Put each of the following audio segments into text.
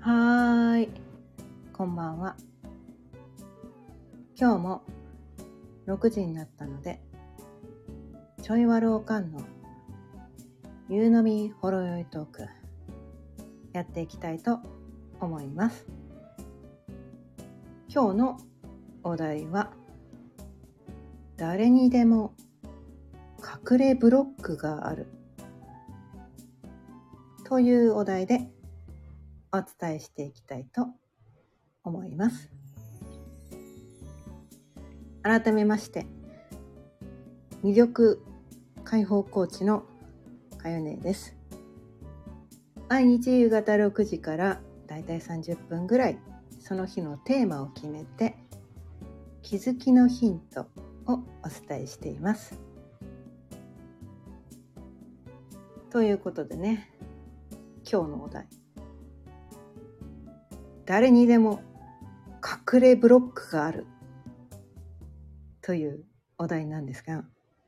はーい、こんばんは。今日も6時になったので、ちょいわるおかんの夕飲みほろよいトークやっていきたいと思います。今日のお題は、誰にでも隠れブロックがあるというお題でお伝えしていきたいと思います。改めまして、魅力解放コーチのかよねです。毎日夕方6時からだいたい30分ぐらい、その日のテーマを決めて気づきのヒントをお伝えしています。ということでね、今日のお題、誰にでも隠れブロックがあるというお題なんですが、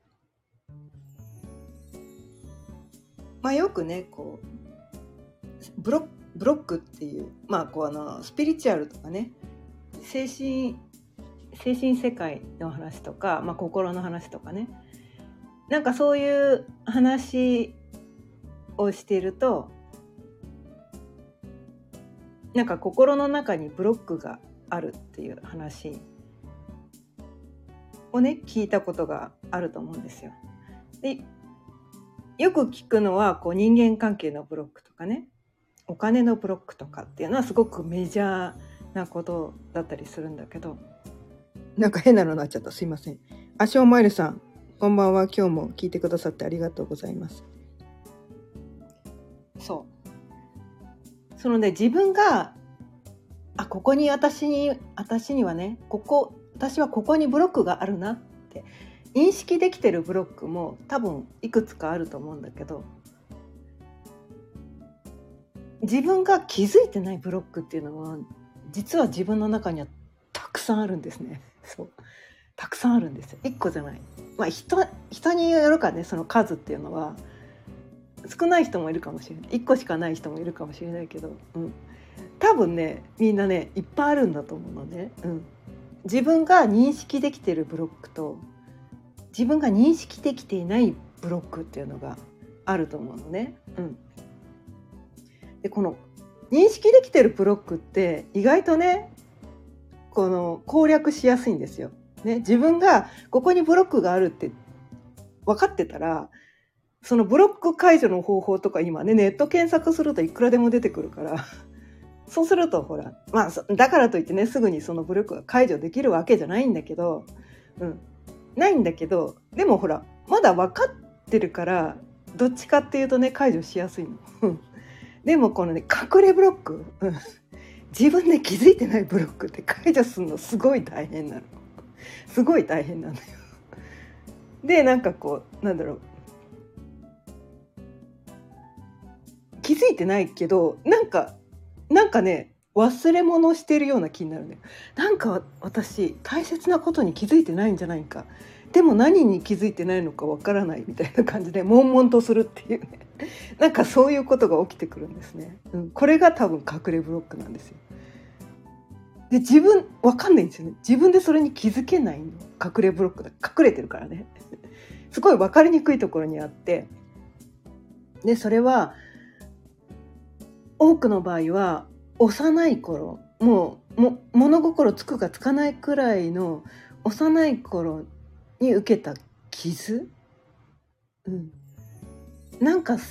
よくね、こうブロックっていう、スピリチュアルとかね、精神世界の話とか、心の話とかね、なんかそういう話をしていると、なんか心の中にブロックがあるっていう話をね、聞いたことがあると思うんですよ。で、よく聞くのはこう人間関係のブロックとかね、お金のブロックとかっていうのはすごくメジャーなことだったりするんだけど、なんか変なのになっちゃった、すいません。アショーマイルさん、こんばんは。今日も聞いてくださってありがとうございます。そのね、自分がここに私にはね、私はここにブロックがあるなって認識できてるブロックも多分いくつかあると思うんだけど、自分が気づいてないブロックっていうのは実は自分の中にはたくさんあるんですね。そう、たくさんあるんですよ。1個じゃない。人によるかね、その数っていうのは少ない人もいるかもしれない。1個しかない人もいるかもしれないけど、多分ね、みんなね、いっぱいあるんだと思うのね。自分が認識できているブロックと自分が認識できていないブロックっていうのがあると思うのね。で、この認識できているブロックって意外とね、この攻略しやすいんですよ。ね、自分がここにブロックがあるって分かってたら、そのブロック解除の方法とか今ね、ネット検索するといくらでも出てくるからそうするとほら、だからといってね、すぐにそのブロックが解除できるわけじゃないんだけど、ないんだけど、でもほら、まだ分かってるから、どっちかっていうとね、解除しやすいの。でもこのね、隠れブロック、自分で気づいてないブロックって解除するのすごい大変なの。すごい大変なんだよ。で、なんかこう、気づいてないけど、なんかね、忘れ物してるような気になるね。なんか私大切なことに気づいてないんじゃないか。でも何に気づいてないのかわからないみたいな感じで悶々とするっていうね。なんかそういうことが起きてくるんですね。これが多分隠れブロックなんですよ。で、自分わかんないんですよね。自分でそれに気づけないの。隠れブロックだ。隠れてるからね。すごい分かりにくいところにあって。で、それは多くの場合は幼い頃、もう物心つくかつかないくらいの幼い頃に受けた傷、なんか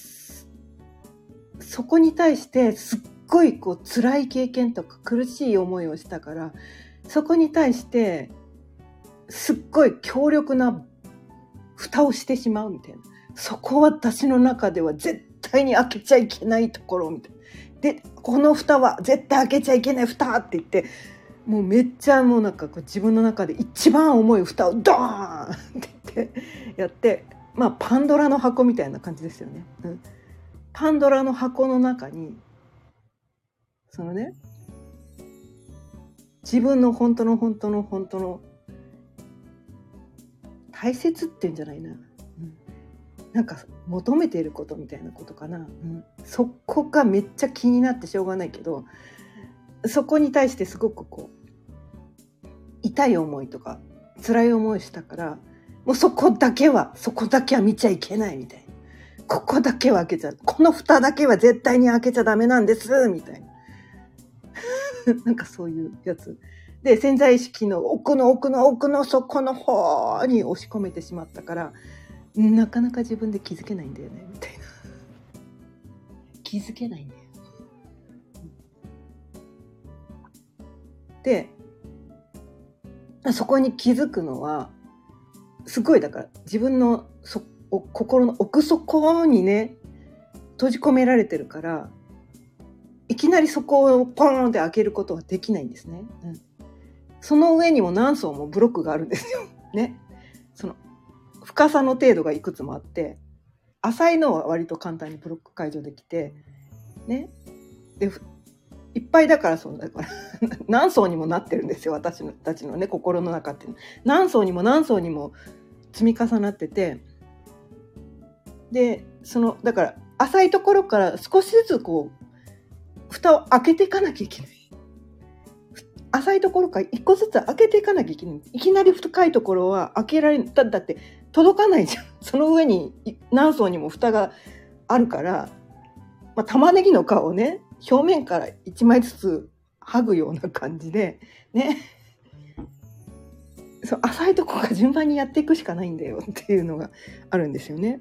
そこに対してすっごいこう辛い経験とか苦しい思いをしたから、そこに対してすっごい強力な蓋をしてしまうみたいな。そこは私の中では絶対に開けちゃいけないところみたいな。で、この蓋は絶対開けちゃいけない蓋って言って、もうめっちゃもうなんかこう自分の中で一番重い蓋をドーンって言ってやって、パンドラの箱みたいな感じですよね。パンドラの箱の中にそのね、自分の本当の大切っていうんじゃないな、 なんか求めていることみたいなことかな、そこがめっちゃ気になってしょうがないけど、そこに対してすごくこう痛い思いとか辛い思いしたから、もうそこだけは見ちゃいけないみたいな、ここだけは開けちゃう、この蓋だけは絶対に開けちゃダメなんですみたいななんかそういうやつで、潜在意識の奥の底の方に押し込めてしまったから、なかなか自分で気づけないんだよねみたいな気づけないんだよ。で、そこに気づくのはすごい、だから自分の心の奥底にね閉じ込められてるから、いきなりそこをポーンって開けることはできないんですね、その上にも何層もブロックがあるんですよね。その深さの程度がいくつもあって、浅いのは割と簡単にブロック解除できてね、でいっぱいだから何層にもなってるんですよ、私たちのね心の中って何層にも積み重なってて、でだから浅いところから少しずつこう蓋を開けていかなきゃいけない。浅いところから一個ずつ開けていかなきゃいけない。いきなり深いところは開けられだって届かないじゃん。その上に何層にも蓋があるから、玉ねぎの皮をね表面から1枚ずつ剥ぐような感じでね、浅いところから順番にやっていくしかないんだよっていうのがあるんですよね。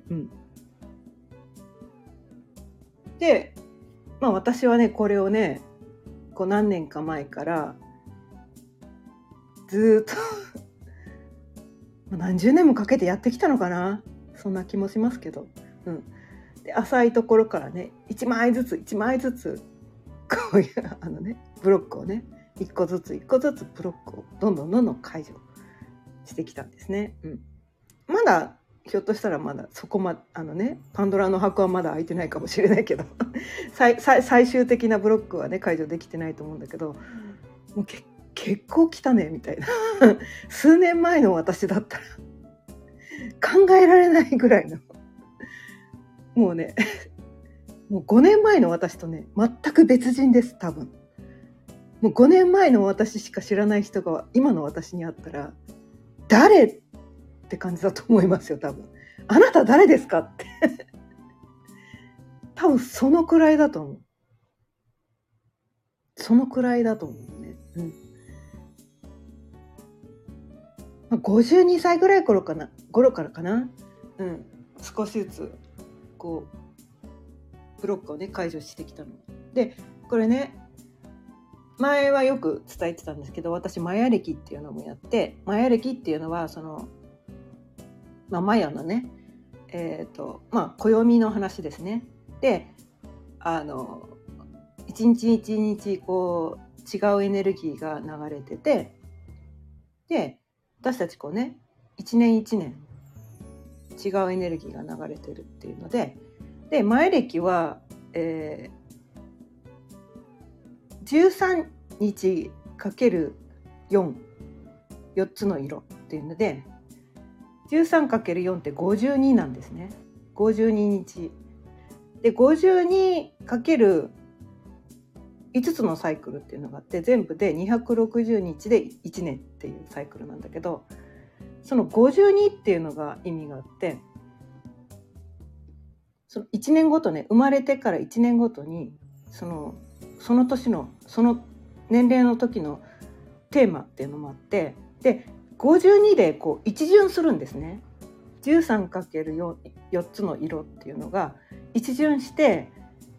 で、私はねこれをねこう何年か前からずっと何十年もかけてやってきたのかな、そんな気もしますけど、で浅いところからね1枚ずつこういうブロックをね1個ずつブロックをどんどん解除してきたんですね。まだひょっとしたらまだそこパンドラの箱はまだ開いてないかもしれないけど最終的なブロックはね解除できてないと思うんだけど、もう結構来たねみたいな数年前の私だったら考えられないぐらいのもうねもう5年前の私とね全く別人です。多分もう5年前の私しか知らない人が今の私に会ったら誰って感じだと思いますよ。多分あなた誰ですかって多分そのくらいだと思う。ね。52歳ぐらい頃からかな、少しずつこうブロックをね解除してきたので、これね前はよく伝えてたんですけど、私マヤ暦っていうのもやって、マヤ暦っていうのはマヤのね暦の話ですね。で一日一日こう違うエネルギーが流れてて、で私たちこうね一年一年違うエネルギーが流れてるっていうので、マヤ暦は、13日かける4つの色っていうので 13×4 って52なんですね。52日で 52× 5つのサイクルっていうのがあって、全部で260日で1年っていうサイクルなんだけど、その52っていうのが意味があって、その1年ごとね、生まれてから1年ごとにその年のその年齢の時のテーマっていうのもあって、で52でこう一巡するんですね。 13×4 つの色っていうのが一巡して、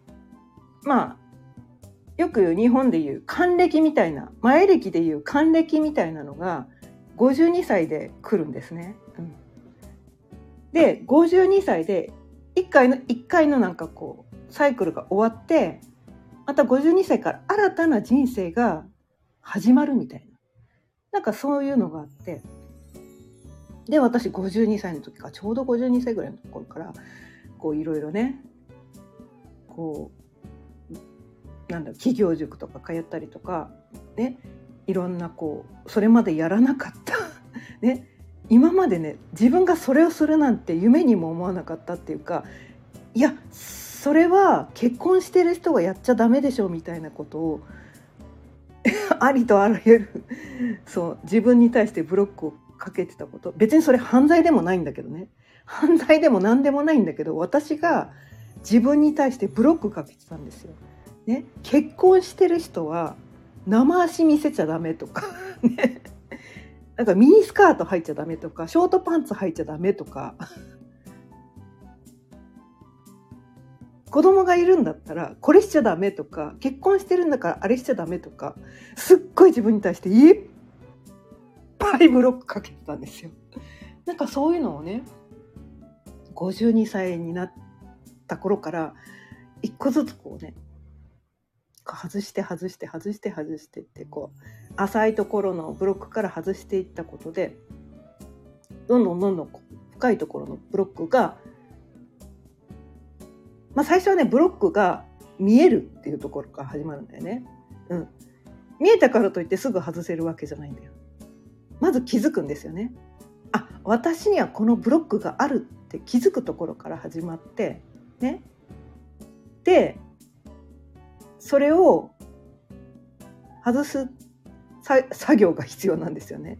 よく日本でいう還暦みたいな、前暦でいう還暦みたいなのが52歳で来るんですね。で52歳で1回のなんかこうサイクルが終わって、また52歳から新たな人生が始まるみたいな、なんかそういうのがあって、で私52歳の時から、ちょうど52歳ぐらいの頃からこういろいろねこう企業塾とか通ったりとかね、いろんなこうそれまでやらなかったね、 今までね自分がそれをするなんて夢にも思わなかったっていうか、いやそれは結婚してる人がやっちゃダメでしょみたいなことをありとあらゆるそう自分に対してブロックをかけてたこと、別にそれ犯罪でもないんだけどね、犯罪でも何でもないんだけど、私が自分に対してブロックかけてたんですよ、ね、結婚してる人は生足見せちゃダメとかね、なんかミニスカート履いちゃダメとかショートパンツ履いちゃダメとか子供がいるんだったらこれしちゃダメとか、結婚してるんだからあれしちゃダメとか、すっごい自分に対していっぱいブロックかけてたんですよ。なんかそういうのをね52歳になった頃から一個ずつこうね外してってこう浅いところのブロックから外していったことで、どんどん深いところのブロックが、最初はねブロックが見えるっていうところから始まるんだよね、見えたからといってすぐ外せるわけじゃないんだよ。まず気づくんですよね。あ、私にはこのブロックがあるって気づくところから始まってね。でそれを外す作業が必要なんですよね。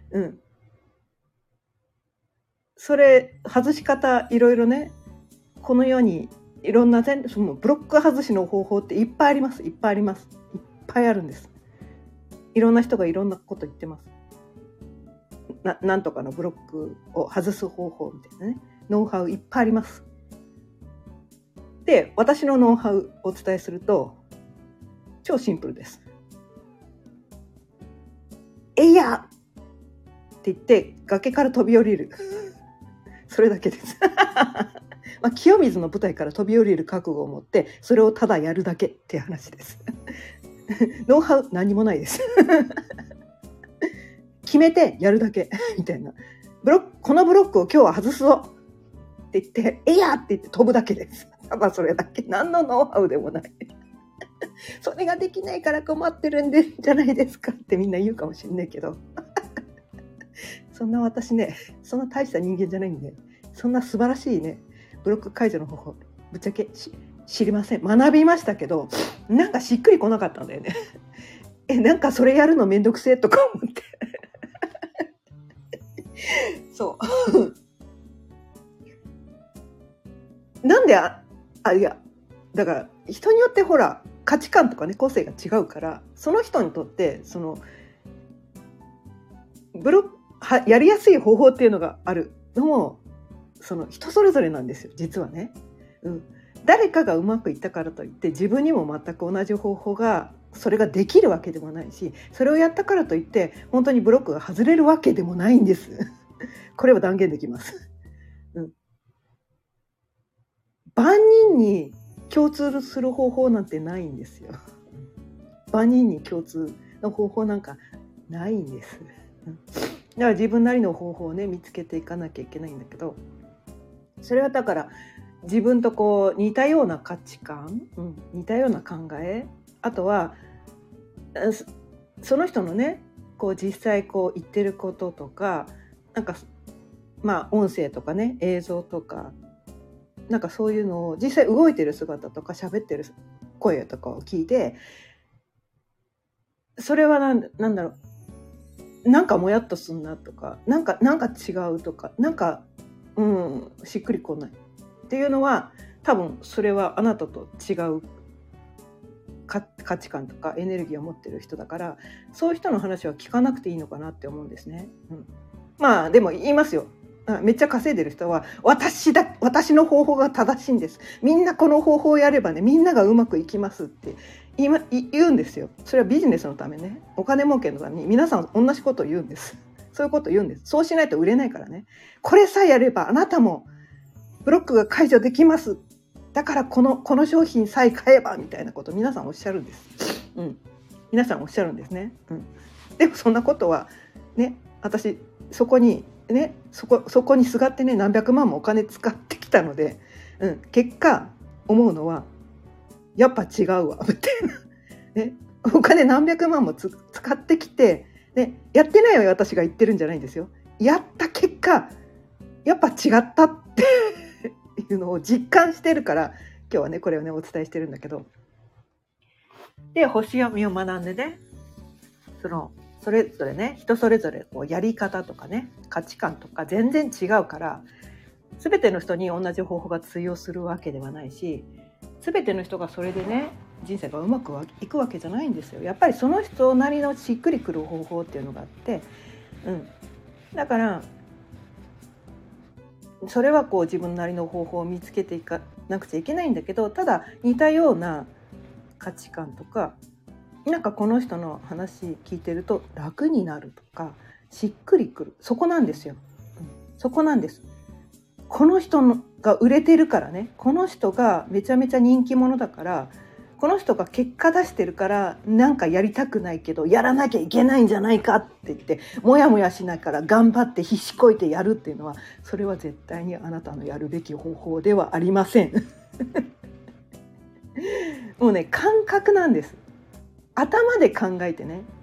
それ外し方いろいろね、この世にいろんなそのブロック外しの方法っていっぱいあります。いっぱいあるんです。いろんな人がいろんなこと言ってます。なんとかのブロックを外す方法みたいなね、ノウハウいっぱいあります。で、私のノウハウをお伝えすると超シンプルです。えいやって言って崖から飛び降りるそれだけです清水の舞台から飛び降りる覚悟を持ってそれをただやるだけっていう話ですノウハウ何もないです決めてやるだけみたいな、このブロックを今日は外すぞって言ってえいやって言って飛ぶだけです。ただそれだけ、何のノウハウでもないそれができないから困ってるんじゃないですかってみんな言うかもしれないけどそんな私ね、そんな大した人間じゃないんで、そんな素晴らしいねブロック解除の方法ぶっちゃけ知りません。学びましたけどなんかしっくりこなかったんだよねなんかそれやるのめんどくせえとか思ってそうなんでいやだから人によってほら価値観とかね個性が違うから、その人にとってそのやりやすい方法っていうのがあるのもその人それぞれなんですよ実はね、誰かがうまくいったからといって自分にも全く同じ方法がそれができるわけでもないし、それをやったからといって本当にブロックが外れるわけでもないんですこれは断言できます、万人に共通する方法なんてないんですよ。万人に共通の方法なんかないんです。だから自分なりの方法をね見つけていかなきゃいけないんだけど、それはだから自分とこう似たような価値観、似たような考え、あとはその人のねこう実際こう言ってることとか、なんか音声とかね映像とかなんかそういうのを実際動いてる姿とか喋ってる声とかを聞いて、それはなんだろう、なんかもやっとすんなとか、なんか違うとか、なんかしっくりこないっていうのは多分それはあなたと違う価値観とかエネルギーを持ってる人だから、そういう人の話は聞かなくていいのかなって思うんですね。でも言いますよ。めっちゃ稼いでる人は私の方法が正しいんです、みんなこの方法をやればねみんながうまくいきますって言うんですよ。それはビジネスのためね、お金儲けのために皆さん同じことを言うんです。そういうことを言うんです。そうしないと売れないからね。これさえやればあなたもブロックが解除できます、だからこの商品さえ買えばみたいなことを皆さんおっしゃるんです。皆さんおっしゃるんですね。でもそんなことはね、私そこにすがってね何百万もお金使ってきたので、結果思うのはやっぱ違うわみたいな、お金何百万も使ってきて、やってないよ私が言ってるんじゃないんですよ。 やった結果やっぱ違ったっていうのを実感してるから、今日はねこれをねお伝えしてるんだけど、で星読みを学んでね、それぞれね、人それぞれこうやり方とかね、価値観とか全然違うから、全ての人に同じ方法が通用するわけではないし、全ての人がそれでね人生がうまくいくわけじゃないんですよ。やっぱりその人なりのしっくりくる方法っていうのがあって、だからそれはこう自分なりの方法を見つけていかなくちゃいけないんだけど、ただ似たような価値観とか、なんかこの人の話聞いてると楽になるとかしっくりくる、そこなんですよ、そこなんです。この人が売れてるからね、この人がめちゃめちゃ人気者だから、この人が結果出してるからなんかやりたくないけどやらなきゃいけないんじゃないかって言ってもやもやしないから頑張って必死こいてやるっていうのは、それは絶対にあなたのやるべき方法ではありませんもうね感覚なんです。頭で考えてね、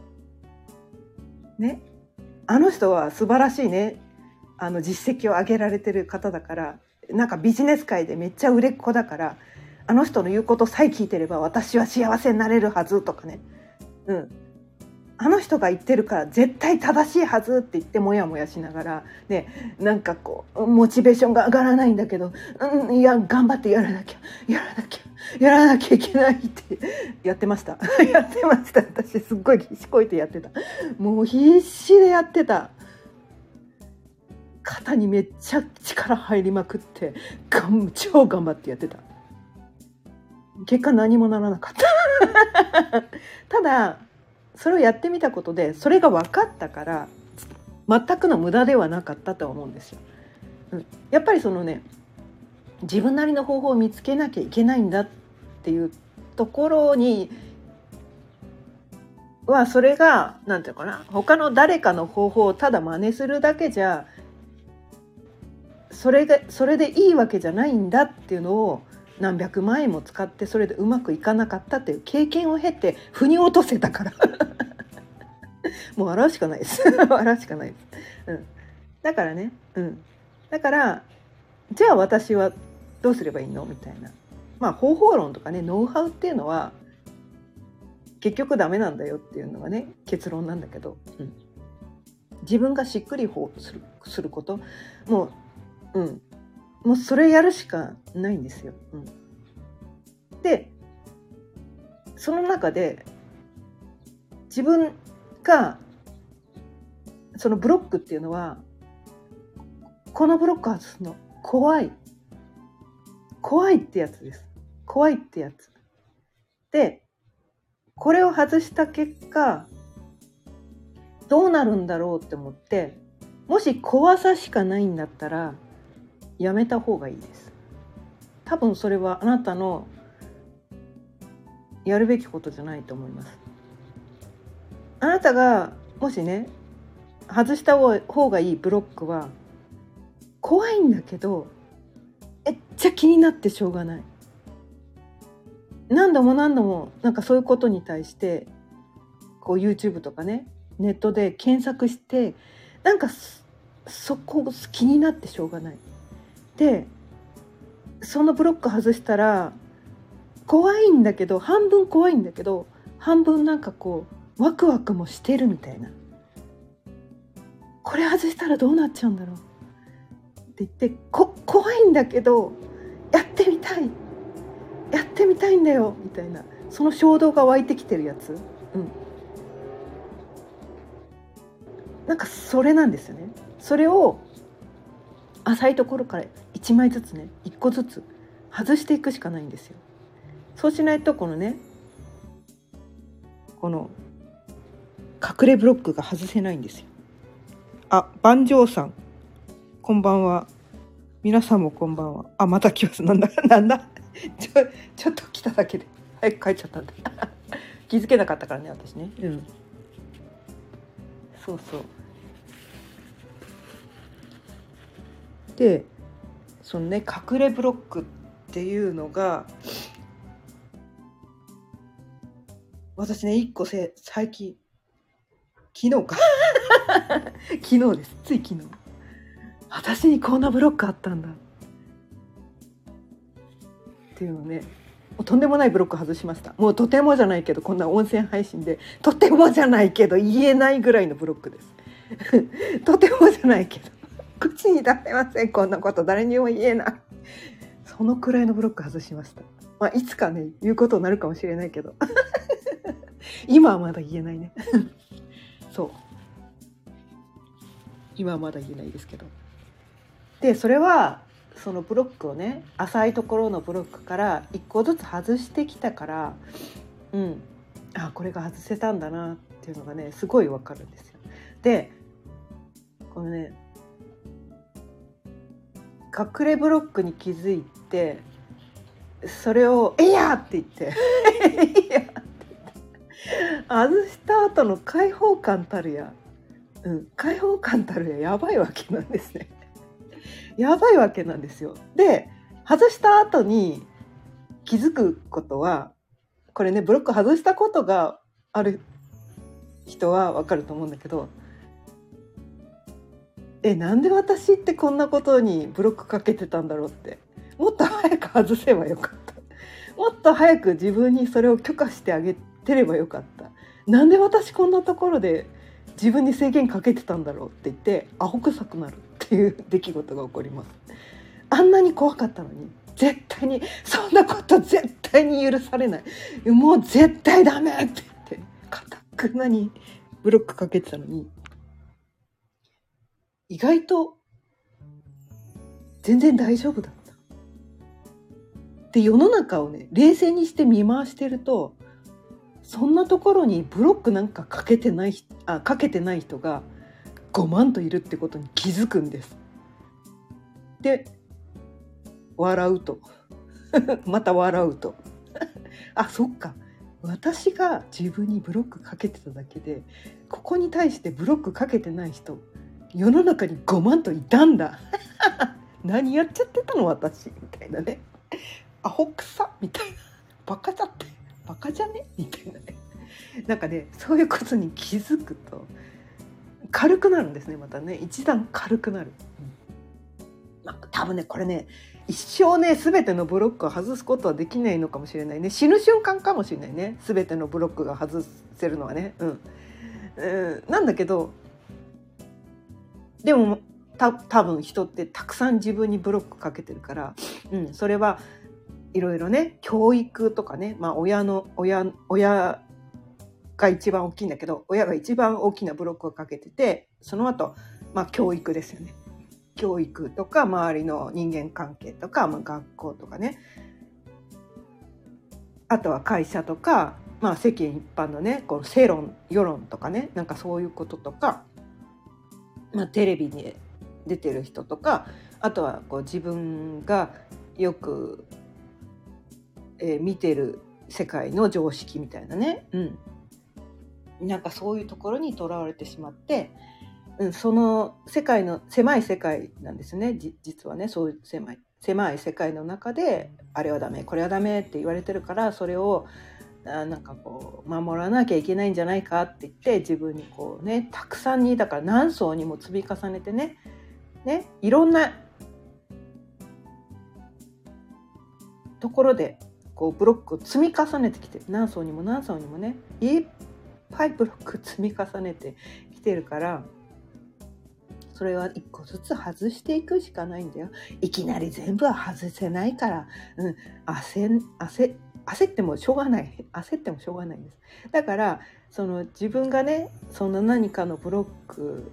あの人は素晴らしいね、実績を上げられてる方だから、なんかビジネス界でめっちゃ売れっ子だから、あの人の言うことさえ聞いてれば私は幸せになれるはずとかね、あの人が言ってるから絶対正しいはずって言ってもやもやしながらね、なんかこうモチベーションが上がらないんだけど、いや頑張ってやらなきゃいけないってやってましたやってました。私すっごい必死こいてやってた、もう必死でやってた。肩にめっちゃ力入りまくって超頑張ってやってた。結果何もならなかったただそれをやってみたことでそれが分かったから、全くの無駄ではなかったと思うんですよ。やっぱりそのね、自分なりの方法を見つけなきゃいけないんだっていうところには、それがなんていうかな、他の誰かの方法をただ真似するだけじゃそれでいいわけじゃないんだっていうのを何百万円も使ってそれでうまくいかなかったっていう経験を経て腑に落とせたからもう笑うしかないです笑うしかないです、だからね、だからじゃあ私はどうすればいいのみたいな、方法論とかね、ノウハウっていうのは結局ダメなんだよっていうのがね結論なんだけど、自分がしっくりすること、もうそれやるしかないんですよ。でその中で自分がそのブロックっていうのは、このブロック外すの怖いってやつです。怖いってやつで、これを外した結果どうなるんだろうって思って、もし怖さしかないんだったらやめた方がいいです。多分それはあなたのやるべきことじゃないと思います。あなたがもしね外した方がいいブロックは怖いんだけどめっちゃ気になってしょうがない、何度もなんかそういうことに対してこう YouTube とかねネットで検索して、なんかそこ気になってしょうがない。でそのブロック外したら怖いんだけど、半分怖いんだけど半分なんかこうワクワクもしてるみたいな、これ外したらどうなっちゃうんだろうって言って怖いんだけどやってみたいんだよみたいな、その衝動が湧いてきてるやつ、なんかそれなんですよね。それを浅いところから1枚ずつね、1個ずつ外していくしかないんですよ。そうしないとこの隠れブロックが外せないんですよ。万丈さんこんばんは。皆さんもこんばんは。また来ます。なんだちょっと来ただけで早く帰っちゃったんだ気づけなかったからね私ね。そうで、そのね隠れブロックっていうのが、私ね1個最近昨日か昨日です。つい昨日。私にこんなブロックあったんだっていうのをね、とんでもないブロック外しました。もうとてもじゃないけど、こんな音声配信でとてもじゃないけど言えないぐらいのブロックですとてもじゃないけど口に出せません、こんなこと誰にも言えない、そのくらいのブロック外しました。まあ、いつかね言うことになるかもしれないけど今はまだ言えないねそう今はまだ言えないですけど、でそれはそのブロックをね、浅いところのブロックから一個ずつ外してきたから、あ、これが外せたんだなっていうのがねすごいわかるんですよ。でこのね隠れブロックに気づいて、それを「えいや!」って言って「えいや!」って言って外した後の解放感たるや、解放感たるややばいわけなんですねやばいわけなんですよ。で外した後に気づくことは、これねブロック外したことがある人は分かると思うんだけど、なんで私ってこんなことにブロックかけてたんだろうって、もっと早く外せばよかった、もっと早く自分にそれを許可してあげてればよかった、なんで私こんなところで自分に制限かけてたんだろうって言ってアホ臭くなるっていう出来事が起こります。あんなに怖かったのに、絶対にそんなこと絶対に許されない、もう絶対ダメって言って固くなにブロックかけてたのに、意外と全然大丈夫だった。で世の中をね冷静にして見回してると、そんなところにブロックなんかかけてない人が5万といるってことに気づくんです。で笑うとまた笑うとあ、そっか、私が自分にブロックかけてただけで、ここに対してブロックかけてない人世の中に5万といたんだ何やっちゃってたの私みたいなね、アホくさみたいな、バカじゃってバカじゃねみたいなね、なんかねそういうことに気づくと軽くなるんですね。またね一段軽くなる、多分ねこれね一生ね全てのブロックを外すことはできないのかもしれないね。死ぬ瞬間かもしれないね、全てのブロックが外せるのはね、なんだけど、でも多分人ってたくさん自分にブロックかけてるから、それはいろいろね教育とかね、親が一番大きいんだけど、親が一番大きなブロックをかけてて、その後、教育ですよね。教育とか周りの人間関係とか、学校とかね、あとは会社とか、世間一般のねこの世論とかね、なんかそういうこととか、テレビに出てる人とか、あとはこう自分がよく、見てる世界の常識みたいなね、なんかそういうところにとらわれてしまって、その世界の狭い世界なんですね。実はねそういう狭い世界の中であれはダメこれはダメって言われてるから、それをなんかこう守らなきゃいけないんじゃないかって言って、自分にこうねたくさんに、だから何層にも積み重ねてねいろんなところでこうブロックを積み重ねてきて、何層にも何層にもねいっぱいブロック積み重ねてきてるから、それは一個ずつ外していくしかないんだよ。いきなり全部は外せないから、焦ってもしょうがない。焦ってもしょうがないんです。だからその自分がねその何かのブロック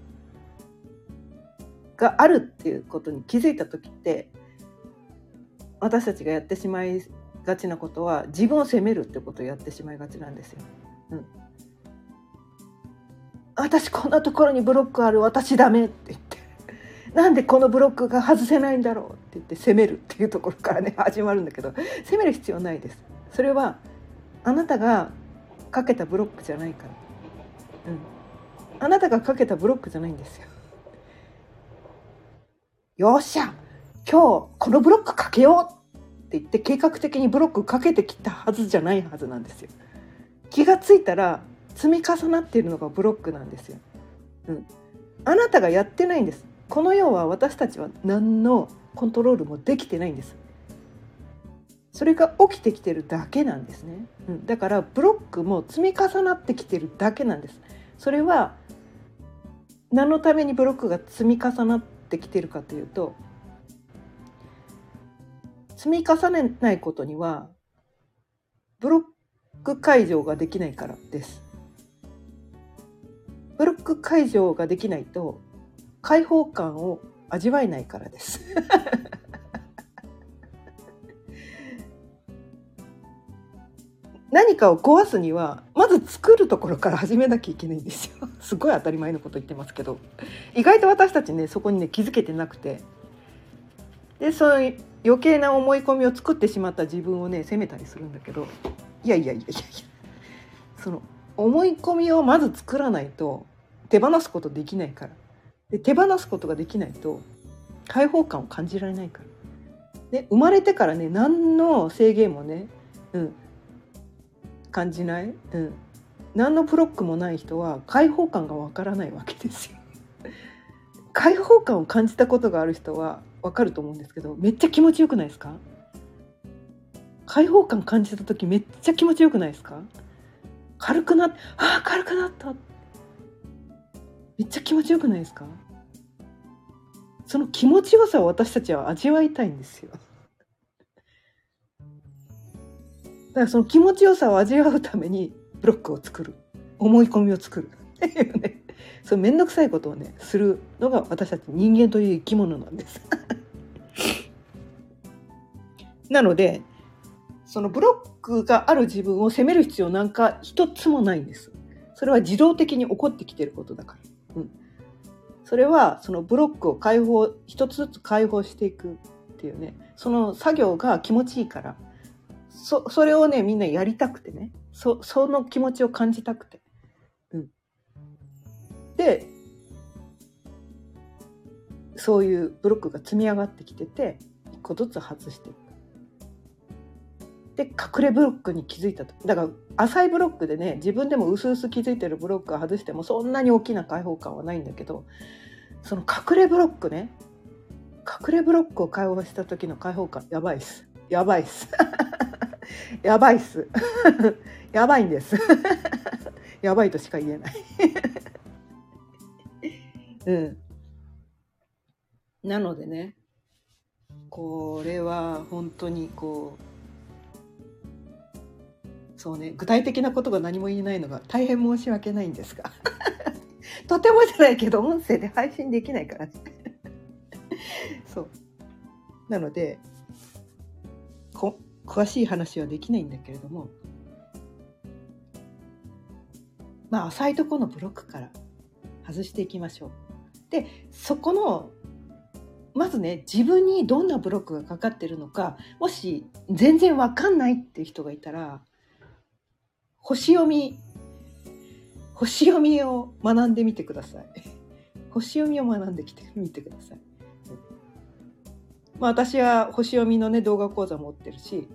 があるっていうことに気づいた時って、私たちがやってしまいがちなことは自分を責めるってことをやってしまいがちなんですよ。私こんなところにブロックある、私ダメって言って、なんでこのブロックが外せないんだろうって言って責めるっていうところからね始まるんだけど、責める必要ないです。それはあなたがかけたブロックじゃないから、あなたがかけたブロックじゃないんですよ。よっしゃ今日このブロックかけようって言って計画的にブロックかけてきたはずじゃないはずなんですよ。気がついたら積み重なっているのがブロックなんですよ。 あなたがやってないんです。この世は私たちは何のコントロールもできてないんです。それが起きてきてるだけなんですね、だからブロックも積み重なってきてるだけなんです。それは何のためにブロックが積み重なってきてるかというと、積み重ねないことにはブロック解除ができないからです。ブロック解除ができないと解放感を味わえないからです何かを壊すにはまず作るところから始めなきゃいけないんですよ。すごい当たり前のこと言ってますけど、意外と私たちねそこにね気づけてなくて、でそういう余計な思い込みを作ってしまった自分をね責めたりするんだけど、いやその思い込みをまず作らないと手放すことできないから。で手放すことができないと解放感を感じられないから。で生まれてからね何の制限もね、感じない、何のブロックもない人は解放感がわからないわけですよ。解放感を感じたことがある人はわかると思うんですけど、めっちゃ気持ちよくないですか？解放感感じた時めっちゃ気持ちよくないですか？軽くなっ軽くなった、めっちゃ気持ちよくないですか？その気持ちよさを私たちは味わいたいんですよ。だからその気持ちよさを味わうためにブロックを作る、思い込みを作るっていうね、そう面倒くさいことをねするのが私たち人間という生き物なんですなのでそのブロックがある自分を責める必要なんか一つもないんです。それは自動的に起こってきていることだから、それはそのブロックを一つずつ解放していくっていうね、その作業が気持ちいいから、それをねみんなやりたくてね、その気持ちを感じたくて、でそういうブロックが積み上がってきてて一個ずつ外していく。で隠れブロックに気づいたと。だから浅いブロックでね自分でも薄々気づいてるブロックを外してもそんなに大きな解放感はないんだけど、その隠れブロックね、隠れブロックを解放した時の解放感やばいっすやばいっすやばいっすやばいんですやばいとしか言えないなのでね、これは本当にそうね、具体的なことが何も言えないのが大変申し訳ないんですがとてもじゃないけど音声で配信できないからそうなので詳しい話はできないんだけれども、浅いところのブロックから外していきましょう。でそこのまずね自分にどんなブロックがかかってるのか、もし全然わかんないっていう人がいたら星読みを学んでみてください星読みを学んでみてください。私は星読みのね動画講座も売ってるし、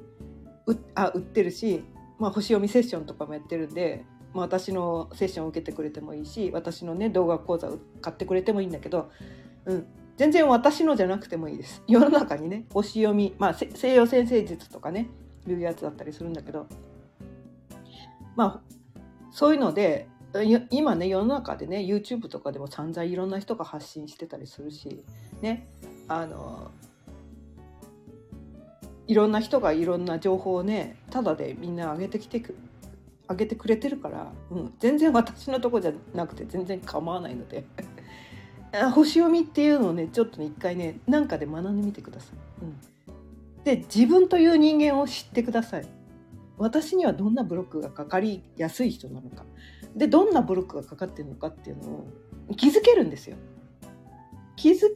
星読みセッションとかもやってるんで、私のセッションを受けてくれてもいいし、私のね動画講座を買ってくれてもいいんだけど、全然私のじゃなくてもいいです。世の中にね星読み、西洋占星術とかねいうやつだったりするんだけど、そういうので今ね世の中でね YouTube とかでも散々いろんな人が発信してたりするしね、いろんな人がいろんな情報をねただでみんな上げてくれてるから、全然私のとこじゃなくて全然構わないので星読みっていうのをねちょっとね一回ねなんかで学んでみてください、で自分という人間を知ってください。私にはどんなブロックがかかりやすい人なのか、でどんなブロックがかかってるのかっていうのを気づけるんですよ。気づ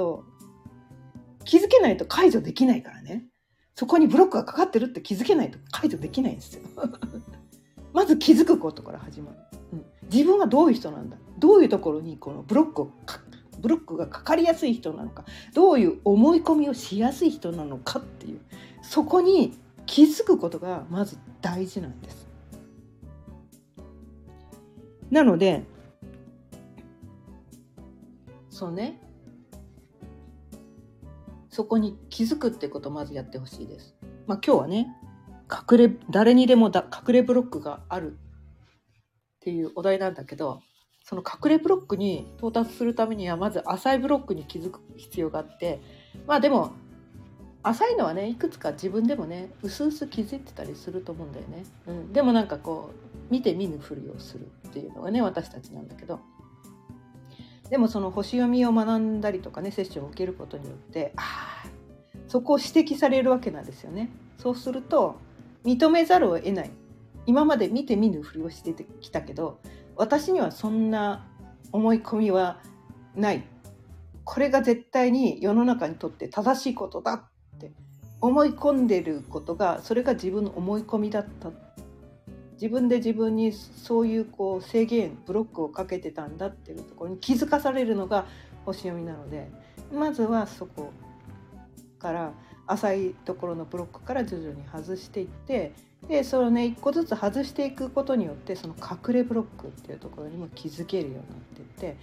けないと解除できないからね。そこにブロックがかかってるって気づけないと解除できないんですよまず気づくことから始まる、自分はどういう人なんだ、どういうところにこのブロックがかかりやすい人なのか、どういう思い込みをしやすい人なのかっていう、そこに気づくことがまず大事なんです。なのでそうね、そこに気づくってことをまずやってほしいです。今日はね、誰にでも隠れブロックがあるっていうお題なんだけど、その隠れブロックに到達するためにはまず浅いブロックに気づく必要があって、でも浅いのはね、いくつか自分でもね薄々気づいてたりすると思うんだよね、でも見て見ぬふりをするっていうのがね私たちなんだけど、でもその星読みを学んだりとかねセッションを受けることによってそこを指摘されるわけなんですよね。そうすると認めざるを得ない。今まで見て見ぬふりをしてきたけど、私にはそんな思い込みはない。これが絶対に世の中にとって正しいことだって思い込んでることが、それが自分の思い込みだった。自分で自分にそういう制限ブロックをかけてたんだっていうところに気づかされるのが星読みなので、まずはそこから浅いところのブロックから徐々に外していって、でそれをね一個ずつ外していくことによって、その隠れブロックっていうところにも気づけるようになっていって、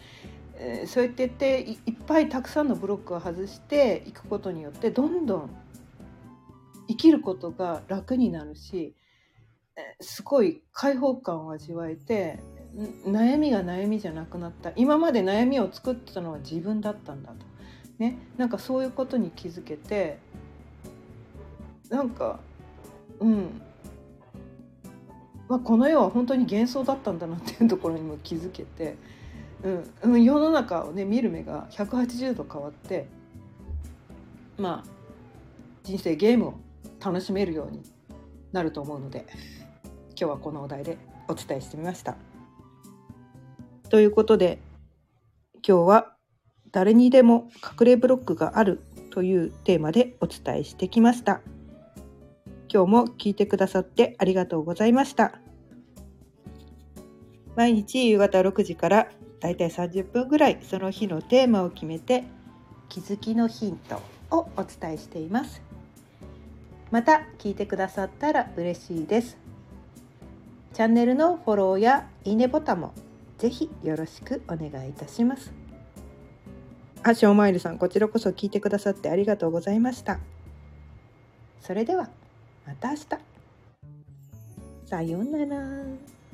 そうやっていっていっぱいたくさんのブロックを外していくことによって、どんどん生きることが楽になるし、すごい開放感を味わえて、悩みが悩みじゃなくなった。今まで悩みを作ってたのは自分だったんだとね、そういうことに気づけて、この世は本当に幻想だったんだなっていうところにも気づけて、世の中をね見る目が180度変わって、人生ゲームを楽しめるようになると思うので、今日はこのお題でお伝えしてみました。ということで、今日は誰にでも隠れブロックがあるというテーマでお伝えしてきました。今日も聞いてくださってありがとうございました。毎日夕方6時からだいたい30分ぐらい、その日のテーマを決めて気づきのヒントをお伝えしています。また聞いてくださったら嬉しいです。チャンネルのフォローやいいねボタンもぜひよろしくお願いいたします。ショーマイルさん、こちらこそ聞いてくださってありがとうございました。それではまた明日。さようなら。